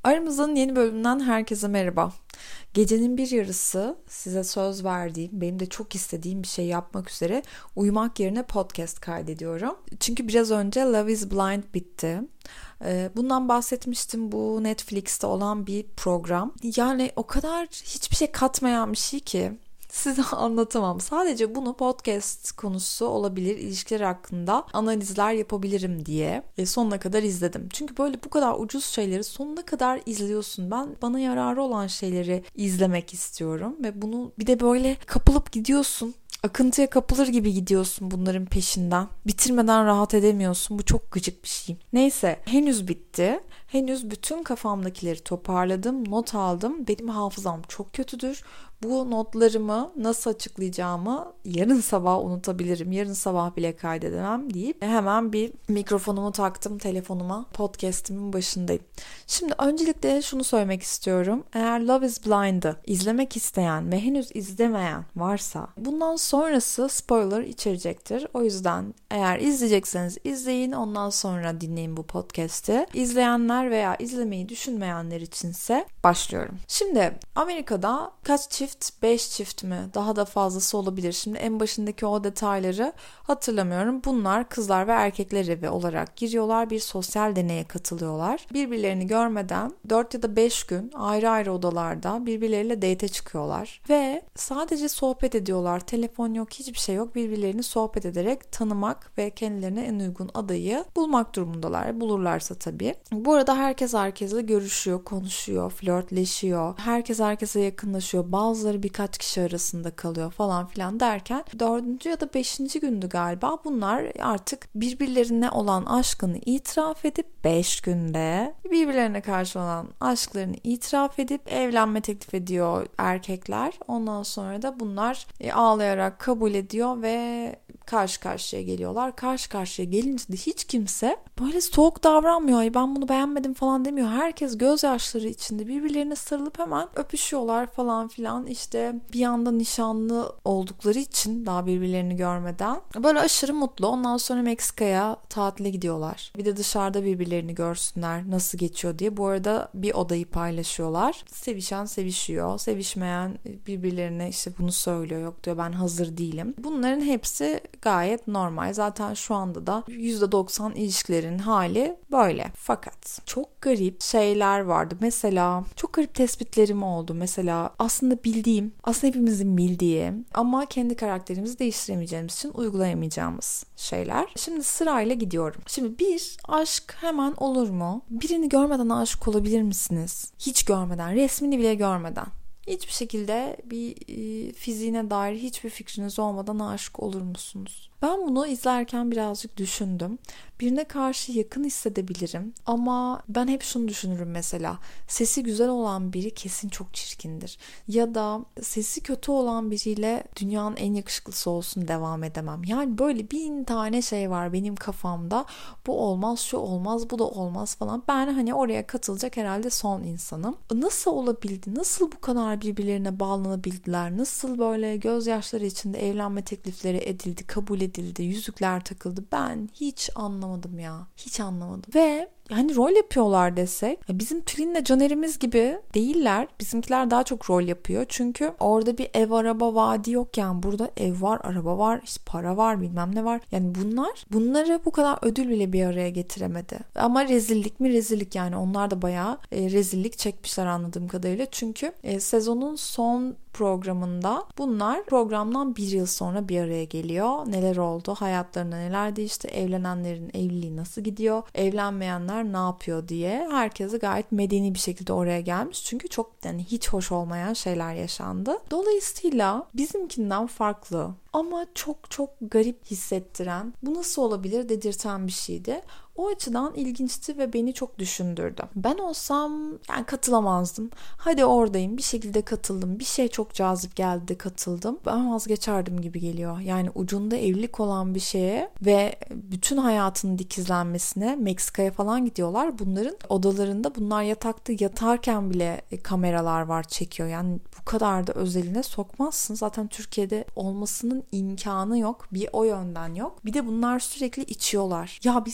Aramızın yeni bölümünden herkese merhaba. Gecenin bir yarısı size söz verdiğim, benim de çok istediğim bir şey yapmak üzere uyumak yerine podcast kaydediyorum. Çünkü biraz önce Love is Blind bitti. Bundan bahsetmiştim, bu Netflix'te olan bir program. Yani o kadar hiçbir şey katmayan bir şey ki size anlatamam. Sadece bunu podcast konusu olabilir, ilişkiler hakkında analizler yapabilirim diye sonuna kadar izledim. Çünkü böyle bu kadar ucuz şeyleri sonuna kadar izliyorsun. Ben bana yararı olan şeyleri izlemek istiyorum ve bunu bir de böyle kapılıp gidiyorsun. Akıntıya kapılır gibi gidiyorsun bunların peşinden. Bitirmeden rahat edemiyorsun. Bu çok gıcık bir şey. Neyse, henüz bitti. Henüz bütün kafamdakileri toparladım, not aldım. Benim hafızam çok kötüdür. Bu notlarımı nasıl açıklayacağımı yarın sabah unutabilirim. Yarın sabah bile kaydedemem deyip hemen bir mikrofonumu taktım telefonuma. Podcast'imin başındayım. Şimdi öncelikle şunu söylemek istiyorum. Eğer Love is Blind'ı izlemek isteyen ve henüz izlemeyen varsa bundan sonrası spoiler içerecektir. O yüzden eğer izleyecekseniz izleyin, ondan sonra dinleyin bu podcast'i. İzleyenler veya izlemeyi düşünmeyenler içinse başlıyorum. Şimdi Amerika'da kaç çift? 5 çift mi? Daha da fazlası olabilir. Şimdi en başındaki o detayları hatırlamıyorum. Bunlar kızlar ve erkekler evi olarak giriyorlar. Bir sosyal deneye katılıyorlar. Birbirlerini görmeden 4 ya da 5 gün ayrı ayrı odalarda birbirleriyle date'e çıkıyorlar. Ve sadece sohbet ediyorlar. Telefon yok, hiçbir şey yok. Birbirlerini sohbet ederek tanımak ve kendilerine en uygun adayı bulmak durumundalar. Bulurlarsa tabii. Bu arada herkes herkesle görüşüyor, konuşuyor, flörtleşiyor. Herkes herkese yakınlaşıyor. Bazıları birkaç kişi arasında kalıyor falan filan derken 4. ya da 5. gündü galiba bunlar artık birbirlerine olan aşkını itiraf edip 5 günde birbirlerine karşı olan aşklarını itiraf edip evlenme teklif ediyor erkekler. Ondan sonra da bunlar ağlayarak kabul ediyor ve karşı karşıya geliyorlar. Karşı karşıya gelince de hiç kimse böyle soğuk davranmıyor. Ay ben bunu beğenmedim falan demiyor. Herkes gözyaşları içinde birbirlerine sarılıp hemen öpüşüyorlar falan filan. İşte bir yandan nişanlı oldukları için daha birbirlerini görmeden böyle aşırı mutlu. Ondan sonra Meksika'ya tatile gidiyorlar. Bir de dışarıda birbirlerini görsünler nasıl geçiyor diye. Bu arada bir odayı paylaşıyorlar. Sevişen sevişiyor. Sevişmeyen birbirlerine işte bunu söylüyor. Yok diyor ben hazır değilim. Bunların hepsi gayet normal. Zaten şu anda da %90 ilişkilerin hali böyle. Fakat çok garip şeyler vardı. Mesela çok garip tespitlerim oldu. Mesela aslında hepimizin bildiği ama kendi karakterimizi değiştiremeyeceğimiz için uygulayamayacağımız şeyler. Şimdi sırayla gidiyorum. Şimdi bir, aşk hemen olur mu? Birini görmeden aşık olabilir misiniz? Hiç görmeden, resmini bile görmeden. Hiçbir şekilde bir fiziğine dair hiçbir fikriniz olmadan aşık olur musunuz? Ben bunu izlerken birazcık düşündüm. Birine karşı yakın hissedebilirim ama ben hep şunu düşünürüm mesela. Sesi güzel olan biri kesin çok çirkindir. Ya da sesi kötü olan biriyle dünyanın en yakışıklısı olsun devam edemem. Yani böyle 1000 tane şey var benim kafamda. Bu olmaz, şu olmaz, bu da olmaz falan. Ben hani oraya katılacak herhalde son insanım. Nasıl olabildi? Nasıl bu kadar birbirlerine bağlanabildiler? Nasıl böyle gözyaşları içinde evlenme teklifleri edildi, kabul edildi, yüzükler takıldı? Ben hiç anlamadım ya. Hiç anlamadım. Ve hani rol yapıyorlar desek, bizim Tülin'le Caner'imiz gibi değiller. Bizimkiler daha çok rol yapıyor. Çünkü orada bir ev araba vaadi yok yani. Burada ev var, araba var, işte para var, bilmem ne var. Yani bunları bu kadar ödül bile bir araya getiremedi. Ama rezillik mi rezillik yani. Onlar da bayağı rezillik çekmişler anladığım kadarıyla. Çünkü sezonun son programında bunlar programdan 1 yıl sonra bir araya geliyor. Neler oldu? Hayatlarında neler değişti? Evlenenlerin evliliği nasıl gidiyor? Evlenmeyenler ne yapıyor diye. Herkesi gayet medeni bir şekilde oraya gelmiş. Çünkü çok yani hiç hoş olmayan şeyler yaşandı. Dolayısıyla bizimkinden farklı ama çok çok garip hissettiren, bu nasıl olabilir dedirten bir şeydi. O açıdan ilginçti ve beni çok düşündürdü. Ben olsam yani katılamazdım. Hadi oradayım, bir şekilde katıldım. Bir şey çok cazip geldi de katıldım. Ben vazgeçerdim gibi geliyor. Yani ucunda evlilik olan bir şeye ve bütün hayatının dikizlenmesine Meksika'ya falan gidiyorlar. Bunların odalarında bunlar yatakta yatarken bile kameralar var çekiyor. Yani bu kadar da özeline sokmazsın. Zaten Türkiye'de olmasının imkanı yok. Bir o yönden yok. Bir de bunlar sürekli içiyorlar. Ya biz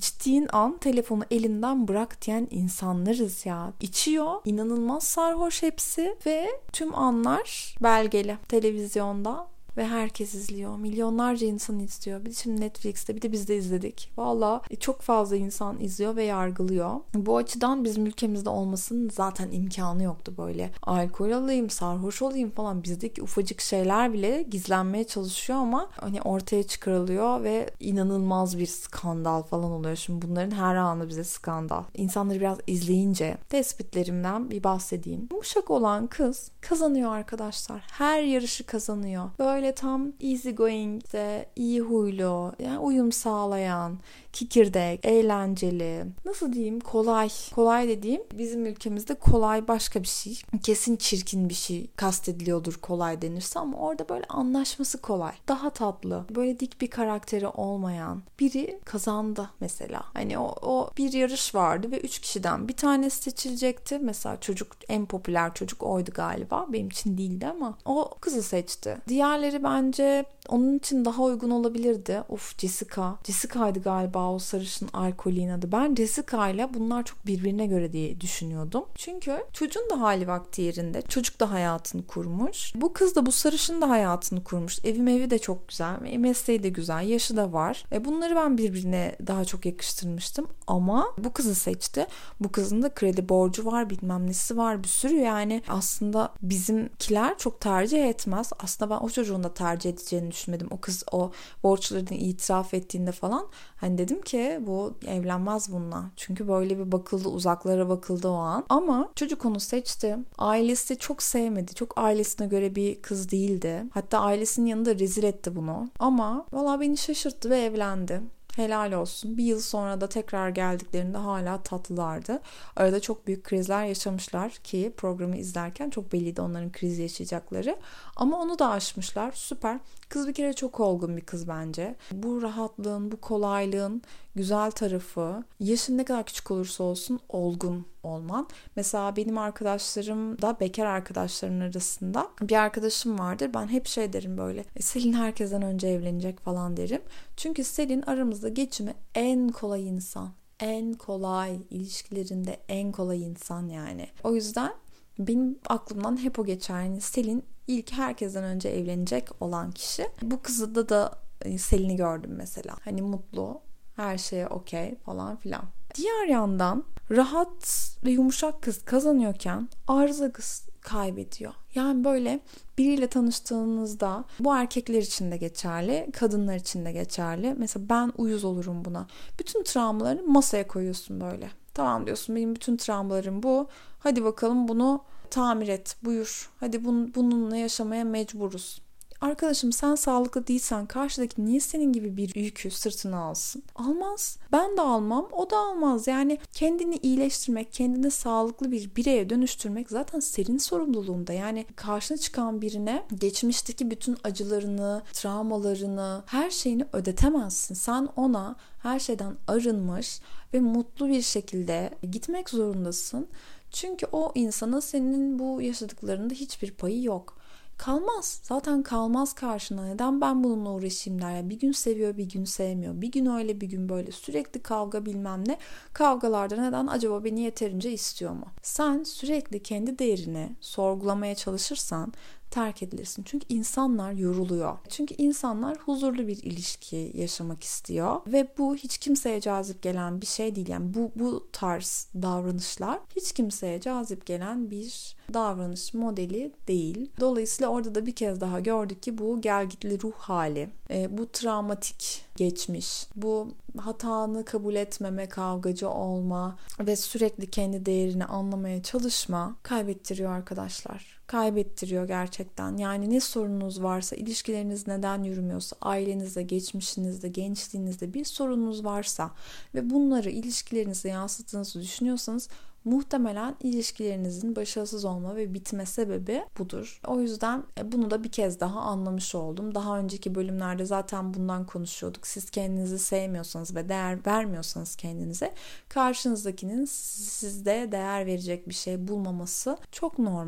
içtiğin an telefonu elinden bırak diyen insanlarız ya. İçiyor, inanılmaz sarhoş hepsi ve tüm anlar belgeli televizyonda. Ve herkes izliyor. Milyonlarca insan izliyor. Bir de şimdi Netflix'te, bir de biz de izledik. Valla çok fazla insan izliyor ve yargılıyor. Bu açıdan bizim ülkemizde olmasının zaten imkanı yoktu böyle. Alkol alayım, sarhoş olayım falan. Bizdeki ufacık şeyler bile gizlenmeye çalışıyor ama hani ortaya çıkarılıyor ve inanılmaz bir skandal falan oluyor. Şimdi bunların her anı bize skandal. İnsanları biraz izleyince tespitlerimden bir bahsedeyim. Yumuşak olan kız kazanıyor arkadaşlar. Her yarışı kazanıyor. Böyle tam easy going, iyi huylu, yani uyum sağlayan, kikirdek, eğlenceli, nasıl diyeyim, kolay. Kolay dediğim bizim ülkemizde kolay başka bir şey. Kesin çirkin bir şey kastediliyordur kolay denirse ama orada böyle anlaşması kolay. Daha tatlı, böyle dik bir karakteri olmayan biri kazandı mesela. Hani o bir yarış vardı ve 3 kişiden bir tanesi seçilecekti. Mesela çocuk, en popüler çocuk oydu galiba. Benim için değildi ama o kızı seçti. Diğerleri bence onun için daha uygun olabilirdi. Jessica. Jessica'ydı galiba o sarışın alkolün adı. Ben Jessica ile bunlar çok birbirine göre diye düşünüyordum. Çünkü çocuğun da hali vakti yerinde. Çocuk da hayatını kurmuş. Bu kız da, bu sarışın da hayatını kurmuş. Evi de çok güzel. Mesleği de güzel. Yaşı da var. Bunları ben birbirine daha çok yakıştırmıştım. Ama bu kızı seçti. Bu kızın da kredi borcu var. Bilmem nesi var. Bir sürü yani aslında bizimkiler çok tercih etmez. Aslında ben o çocuğun da tercih edeceğini düşünmedim. O kız o borçlarını itiraf ettiğinde falan hani dedim ki bu evlenmez bununla. Çünkü böyle bir bakıldı, uzaklara bakıldı o an. Ama çocuk onu seçti. Ailesi çok sevmedi. Çok ailesine göre bir kız değildi. Hatta ailesinin yanında rezil etti bunu. Ama valla beni şaşırttı ve evlendi. Helal olsun. Bir yıl sonra da tekrar geldiklerinde hala tatlılardı. Arada çok büyük krizler yaşamışlar ki programı izlerken çok belliydi onların kriz yaşayacakları. Ama onu da aşmışlar. Süper. Kız bir kere çok olgun bir kız bence. Bu rahatlığın, bu kolaylığın güzel tarafı, yaşın ne kadar küçük olursa olsun olgun olman. Mesela benim arkadaşlarım da, bekar arkadaşlarımın arasında bir arkadaşım vardır. Ben hep şey derim böyle, Selin herkesten önce evlenecek falan derim. Çünkü Selin aramızda geçimi en kolay insan. En kolay, ilişkilerinde en kolay insan yani. O yüzden benim aklımdan hep o geçer. Yani Selin ilk herkesten önce evlenecek olan kişi. Bu kızı da Selin'i gördüm mesela. Hani mutlu, her şeye okey falan filan. Diğer yandan rahat ve yumuşak kız kazanıyorken arıza kız kaybediyor. Yani böyle biriyle tanıştığınızda, bu erkekler için de geçerli, kadınlar için de geçerli. Mesela ben uyuz olurum buna. Bütün travmalarını masaya koyuyorsun böyle. Tamam diyorsun, benim bütün travmalarım bu. Hadi bakalım bunu tamir et, buyur. Hadi bununla yaşamaya mecburuz. Arkadaşım sen sağlıklı değilsen karşıdaki niye senin gibi bir yükü sırtına alsın? Almaz. Ben de almam, o da almaz. Yani kendini iyileştirmek, kendini sağlıklı bir bireye dönüştürmek zaten senin sorumluluğunda. Yani karşına çıkan birine geçmişteki bütün acılarını, travmalarını, her şeyini ödetemezsin. Sen ona her şeyden arınmış ve mutlu bir şekilde gitmek zorundasın. Çünkü o insana senin bu yaşadıklarında hiçbir payı yok. Kalmaz. Zaten kalmaz karşına. Neden ben bununla uğraşayım der ya. Bir gün seviyor, bir gün sevmiyor. Bir gün öyle, bir gün böyle. Sürekli kavga bilmem ne. Kavgalarda neden? Acaba beni yeterince istiyor mu? Sen sürekli kendi değerini sorgulamaya çalışırsan terk edilirsin. Çünkü insanlar yoruluyor. Çünkü insanlar huzurlu bir ilişki yaşamak istiyor ve bu hiç kimseye cazip gelen bir şey değil. Yani bu tarz davranışlar hiç kimseye cazip gelen bir davranış modeli değil. Dolayısıyla orada da bir kez daha gördük ki bu gelgitli ruh hali, bu travmatik geçmiş, bu hatanı kabul etmeme, kavgacı olma ve sürekli kendi değerini anlamaya çalışma kaybettiriyor arkadaşlar. Kaybettiriyor gerçekten. Yani ne sorununuz varsa, ilişkileriniz neden yürümüyorsa, ailenizde, geçmişinizde, gençliğinizde bir sorununuz varsa ve bunları ilişkilerinize yansıttığınızı düşünüyorsanız muhtemelen ilişkilerinizin başarısız olma ve bitme sebebi budur. O yüzden bunu da bir kez daha anlamış oldum. Daha önceki bölümlerde zaten bundan konuşuyorduk. Siz kendinizi sevmiyorsanız ve değer vermiyorsanız kendinize, karşınızdakinin sizde değer verecek bir şey bulmaması çok normal.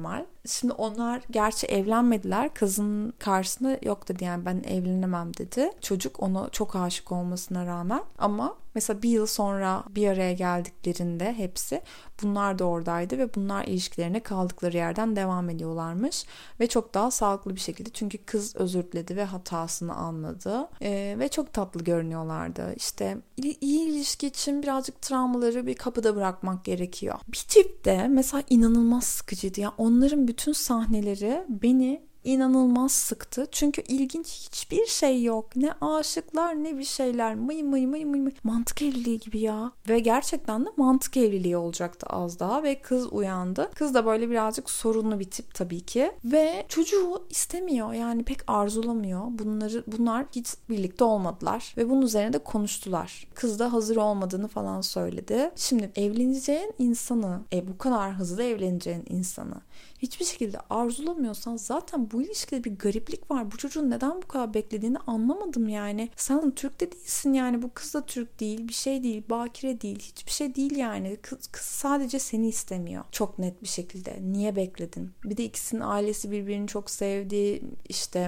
şimdi onlar gerçi evlenmediler. Kızın karşısında yok dedi, yani ben evlenemem dedi. Çocuk ona çok aşık olmasına rağmen. Ama mesela bir yıl sonra bir araya geldiklerinde hepsi, bunlar da oradaydı ve bunlar ilişkilerine kaldıkları yerden devam ediyorlarmış. Ve çok daha sağlıklı bir şekilde, çünkü kız özür diledi ve hatasını anladı. Ve çok tatlı görünüyorlardı. İşte iyi ilişki için birazcık travmaları bir kapıda bırakmak gerekiyor. Bir tip de mesela inanılmaz sıkıcıydı. Yani onların bütün sahneleri beni inanılmaz sıktı. Çünkü ilginç hiçbir şey yok. Ne aşıklar ne bir şeyler. Mıy mıy mıy mıy. Mantık evliliği gibi ya. Ve gerçekten de mantık evliliği olacaktı az daha. Ve kız uyandı. Kız da böyle birazcık sorunlu bir tip tabii ki. Ve çocuğu istemiyor. Yani pek arzulamıyor. Bunlar hiç birlikte olmadılar. Ve bunun üzerine de konuştular. Kız da hazır olmadığını falan söyledi. Şimdi evleneceğin insanı, bu kadar hızlı evleneceğin insanı hiçbir şekilde arzulamıyorsan zaten bu ilişkide bir gariplik var. Bu çocuğun neden bu kadar beklediğini anlamadım yani. Sen Türk de değilsin yani. Bu kız da Türk değil. Bir şey değil. Bakire değil. Hiçbir şey değil yani. Kız sadece seni istemiyor. Çok net bir şekilde. Niye bekledin? Bir de ikisinin ailesi birbirini çok sevdi. İşte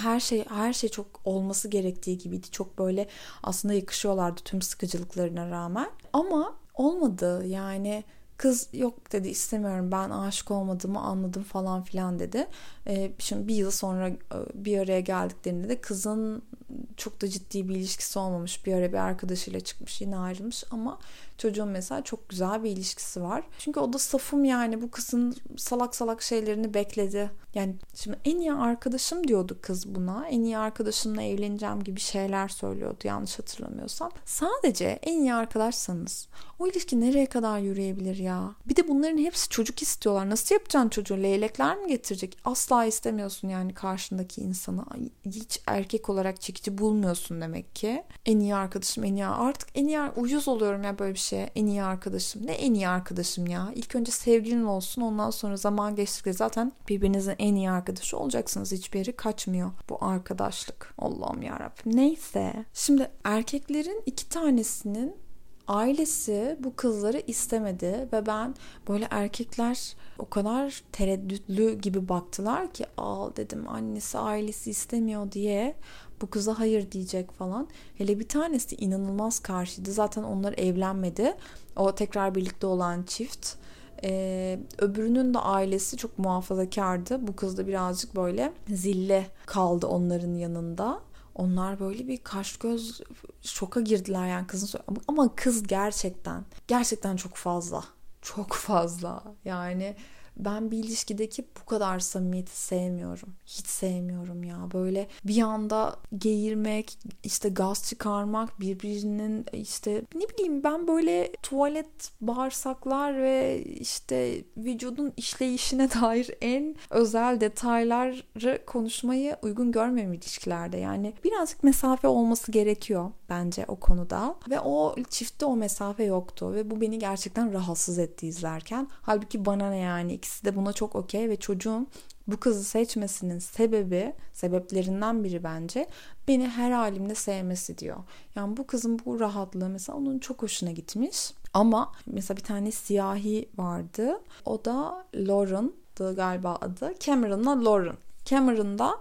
her şey çok olması gerektiği gibiydi. Çok böyle aslında yakışıyorlardı tüm sıkıcılıklarına rağmen. Ama olmadı yani. Kız yok dedi, istemiyorum, ben aşık olmadığımı anladım falan filan dedi. Şimdi bir yıl sonra bir araya geldiklerinde de kızın çok da ciddi bir ilişkisi olmamış. Bir ara bir arkadaşıyla çıkmış, yine ayrılmış ama çocuğun mesela çok güzel bir ilişkisi var. Çünkü o da safım yani, bu kızın salak salak şeylerini bekledi. Yani şimdi en iyi arkadaşım diyordu kız buna. En iyi arkadaşımla evleneceğim gibi şeyler söylüyordu yanlış hatırlamıyorsam. Sadece en iyi arkadaşsanız o ilişki nereye kadar yürüyebilir ya? Bir de bunların hepsi çocuk istiyorlar. Nasıl yapacaksın çocuğu? Leylekler mi getirecek? Asla istemiyorsun yani karşındaki insanı. Hiç erkek olarak çekici bulmuyorsun demek ki. En iyi arkadaşım, en iyi. Artık en iyi, uyuz oluyorum ya böyle bir şeye. En iyi arkadaşım. Ne en iyi arkadaşım ya? İlk önce sevgilin olsun, ondan sonra zaman geçtikçe zaten birbirinizin en iyi arkadaşı olacaksınız. Hiçbir yere kaçmıyor bu arkadaşlık. Allah'ım yarabbim. Neyse. Şimdi erkeklerin 2 tanesinin ailesi bu kızları istemedi ve ben böyle, erkekler o kadar tereddütlü gibi baktılar ki, dedim annesi ailesi istemiyor diye bu kıza hayır diyecek falan. Hele bir tanesi inanılmaz karşıydı. Zaten onlar evlenmedi. O tekrar birlikte olan çift. Öbürünün de ailesi çok muhafazakardı. Bu kız da birazcık böyle zille kaldı onların yanında. Onlar böyle bir kaş göz şoka girdiler yani kızın. Ama kız gerçekten çok fazla. Çok fazla. Yani ben bir ilişkideki bu kadar samimiyeti sevmiyorum. Hiç sevmiyorum ya. Böyle bir anda geğirmek, işte gaz çıkarmak, birbirinin işte ne bileyim, ben böyle tuvalet, bağırsaklar ve işte vücudun işleyişine dair en özel detayları konuşmayı uygun görmüyorum ilişkilerde. Yani birazcık mesafe olması gerekiyor bence o konuda. Ve o çiftte o mesafe yoktu ve bu beni gerçekten rahatsız etti izlerken. Halbuki bana ne yani, ikisi de buna çok okey ve çocuğun bu kızı seçmesinin sebeplerinden biri bence beni her halimle sevmesi diyor. Yani bu kızın bu rahatlığı mesela onun çok hoşuna gitmiş. Ama mesela bir tane siyahi vardı. O da Lauren'dı galiba adı. Cameron'la Lauren. Cameron da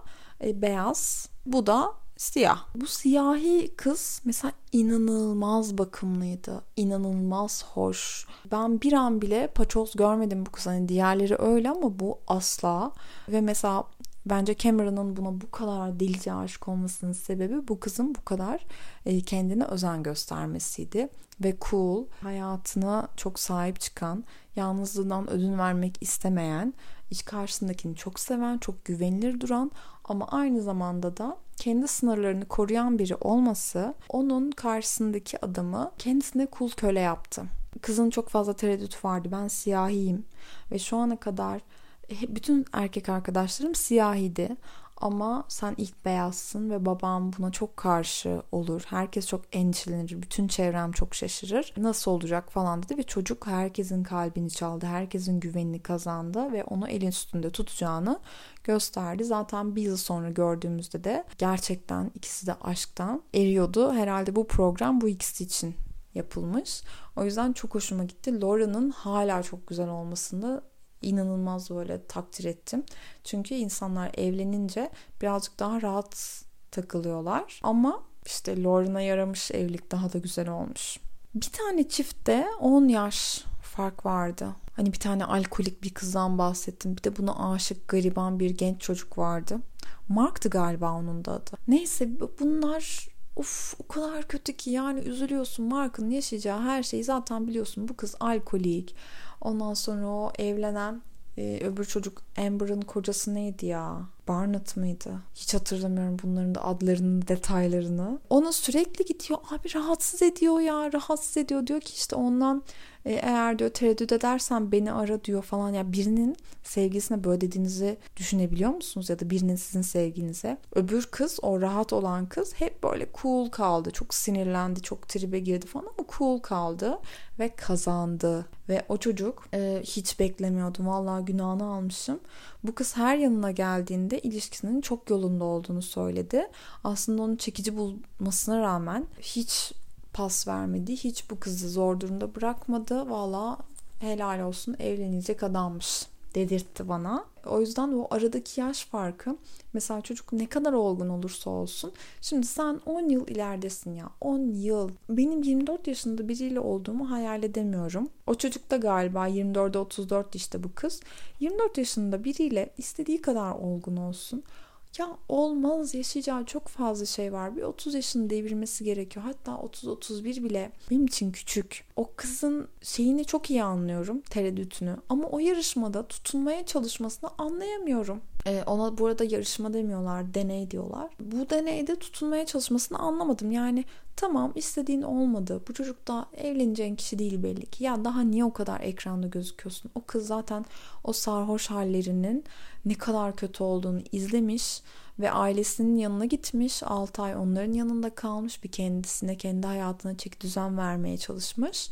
beyaz. Bu da siyah. Bu siyahi kız mesela inanılmaz bakımlıydı. İnanılmaz hoş. Ben bir an bile paçoz görmedim bu kız. Hani diğerleri öyle ama bu asla. Ve mesela bence Cameron'ın buna bu kadar delice aşık olmasının sebebi bu kızın bu kadar kendine özen göstermesiydi. Ve cool, hayatına çok sahip çıkan, yalnızlığından ödün vermek istemeyen, karşısındakini çok seven, çok güvenilir duran ama aynı zamanda da kendi sınırlarını koruyan biri olması onun karşısındaki adamı kendisine kul köle yaptı. Kızın çok fazla tereddüt vardı. Ben siyahiyim ve şu ana kadar bütün erkek arkadaşlarım siyahiydi. Ama sen ilk beyazsın ve babam buna çok karşı olur. Herkes çok endişelenir. Bütün çevrem çok şaşırır. Nasıl olacak falan dedi ve çocuk herkesin kalbini çaldı. Herkesin güvenini kazandı ve onu elin üstünde tutacağını gösterdi. Zaten bir yıl sonra gördüğümüzde de gerçekten ikisi de aşktan eriyordu. Herhalde bu program bu ikisi için yapılmış. O yüzden çok hoşuma gitti. Laura'nın hala çok güzel olmasını inanılmaz böyle takdir ettim. Çünkü insanlar evlenince birazcık daha rahat takılıyorlar. Ama işte Lauren'a yaramış, evlilik daha da güzel olmuş. Bir tane çiftte 10 yaş fark vardı. Hani bir tane alkolik bir kızdan bahsettim. Bir de buna aşık gariban bir genç çocuk vardı. Mark'tı galiba onun da adı. Neyse bunlar o kadar kötü ki yani üzülüyorsun. Mark'ın yaşayacağı her şeyi zaten biliyorsun. Bu kız alkolik. Ondan sonra o evlenen öbür çocuk Amber'ın kocası neydi ya? Barnett mıydı? Hiç hatırlamıyorum bunların da adlarını, detaylarını. Ona sürekli gidiyor. Abi rahatsız ediyor ya. Rahatsız ediyor. Diyor ki işte ondan eğer diyor tereddüt edersen beni ara diyor falan. Ya birinin sevgilisine böyle dediğinizi düşünebiliyor musunuz? Ya da birinin sizin sevginize. Öbür kız, o rahat olan kız hep böyle cool kaldı. Çok sinirlendi. Çok tribe girdi falan ama cool kaldı. Ve kazandı. Ve o çocuk hiç beklemiyordum. Vallahi günahını almışım. Bu kız her yanına geldiğinde ilişkisinin çok yolunda olduğunu söyledi. Aslında onu çekici bulmasına rağmen hiç pas vermedi. Hiç bu kızı zor durumda bırakmadı. Vallahi helal olsun, evlenecek adammış dedirtti bana. O yüzden o aradaki yaş farkı, mesela çocuk ne kadar olgun olursa olsun, şimdi sen 10 yıl ileridesin ya, 10 yıl. Benim 24 yaşında biriyle olduğumu hayal edemiyorum. O çocuk da galiba 24'e 34 işte bu kız. 24 yaşında biriyle istediği kadar olgun olsun. Ya olmaz, yaşayacağı çok fazla şey var. Bir 30 yaşını devirmesi gerekiyor. Hatta 30-31 bile benim için küçük. O kızın şeyini çok iyi anlıyorum, tereddütünü. Ama o yarışmada tutunmaya çalışmasını anlayamıyorum. Ona bu arada yarışma demiyorlar, deney diyorlar. Bu deneyde tutunmaya çalışmasını anlamadım. Yani tamam, istediğin olmadı. Bu çocuk da evleneceğin kişi değil belli ki. Ya daha niye o kadar ekranda gözüküyorsun? O kız zaten o sarhoş hallerinin ne kadar kötü olduğunu izlemiş ve ailesinin yanına gitmiş. 6 ay onların yanında kalmış. Bir kendisine, kendi hayatına çeki düzen vermeye çalışmış.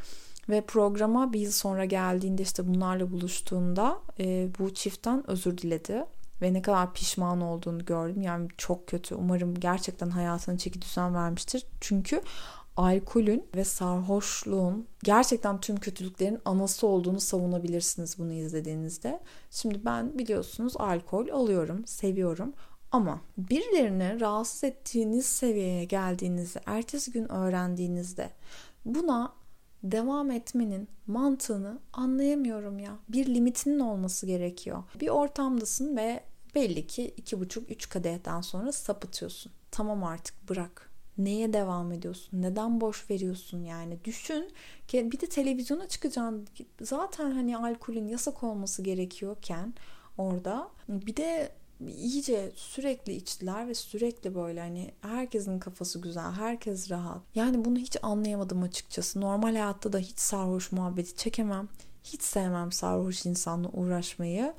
Ve programa bir yıl sonra geldiğinde, işte bunlarla buluştuğunda bu çiftten özür diledi. Ve ne kadar pişman olduğunu gördüm. Yani çok kötü. Umarım gerçekten hayatına çeki düzen vermiştir. Çünkü alkolün ve sarhoşluğun gerçekten tüm kötülüklerin anası olduğunu savunabilirsiniz bunu izlediğinizde. Şimdi ben biliyorsunuz alkol alıyorum, seviyorum. Ama birilerini rahatsız ettiğiniz seviyeye geldiğinizde, ertesi gün öğrendiğinizde buna devam etmenin mantığını anlayamıyorum ya. Bir limitinin olması gerekiyor. Bir ortamdasın ve belli ki 2,5-3 kadehten sonra sapıtıyorsun. Tamam, artık bırak. Neye devam ediyorsun? Neden boş veriyorsun yani? Düşün ki bir de televizyona çıkacaksın. Zaten hani alkolün yasak olması gerekiyorken orada bir de iyice sürekli içtiler ve sürekli böyle hani herkesin kafası güzel, herkes rahat. Yani bunu hiç anlayamadım açıkçası. Normal hayatta da hiç sarhoş muhabbeti çekemem. Hiç sevmem sarhoş insanla uğraşmayı.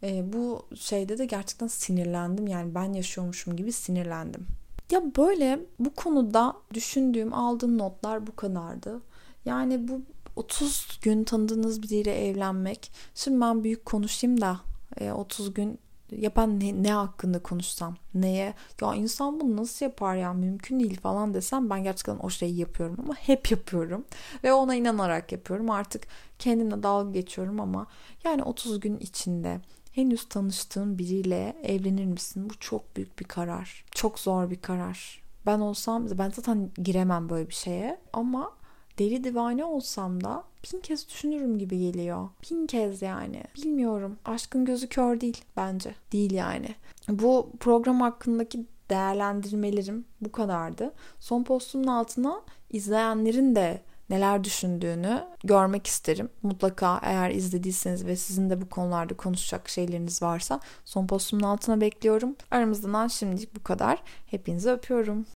Bu şeyde de gerçekten sinirlendim. Yani ben yaşıyormuşum gibi sinirlendim. Ya böyle bu konuda düşündüğüm, aldığım notlar bu kadardı. Yani bu 30 gün tanıdığınız biriyle evlenmek. Şimdi ben büyük konuşayım da 30 gün ya ben ne hakkında konuşsam, neye, ya insan bunu nasıl yapar ya, mümkün değil falan desem, ben gerçekten o şeyi yapıyorum ama hep yapıyorum ve ona inanarak yapıyorum. Artık kendimle dalga geçiyorum ama yani 30 gün içinde henüz tanıştığın biriyle evlenir misin? Bu çok büyük bir karar. Çok zor bir karar. Ben olsam, ben zaten giremem böyle bir şeye ama deli divane olsam da 1000 kez düşünürüm gibi geliyor. 1000 kez yani. Bilmiyorum. Aşkın gözü kör değil bence. Değil yani. Bu program hakkındaki değerlendirmelerim bu kadardı. Son postumun altına izleyenlerin de neler düşündüğünü görmek isterim. Mutlaka eğer izlediyseniz ve sizin de bu konularda konuşacak şeyleriniz varsa son postumun altına bekliyorum. Aramızdan şimdilik bu kadar. Hepinizi öpüyorum.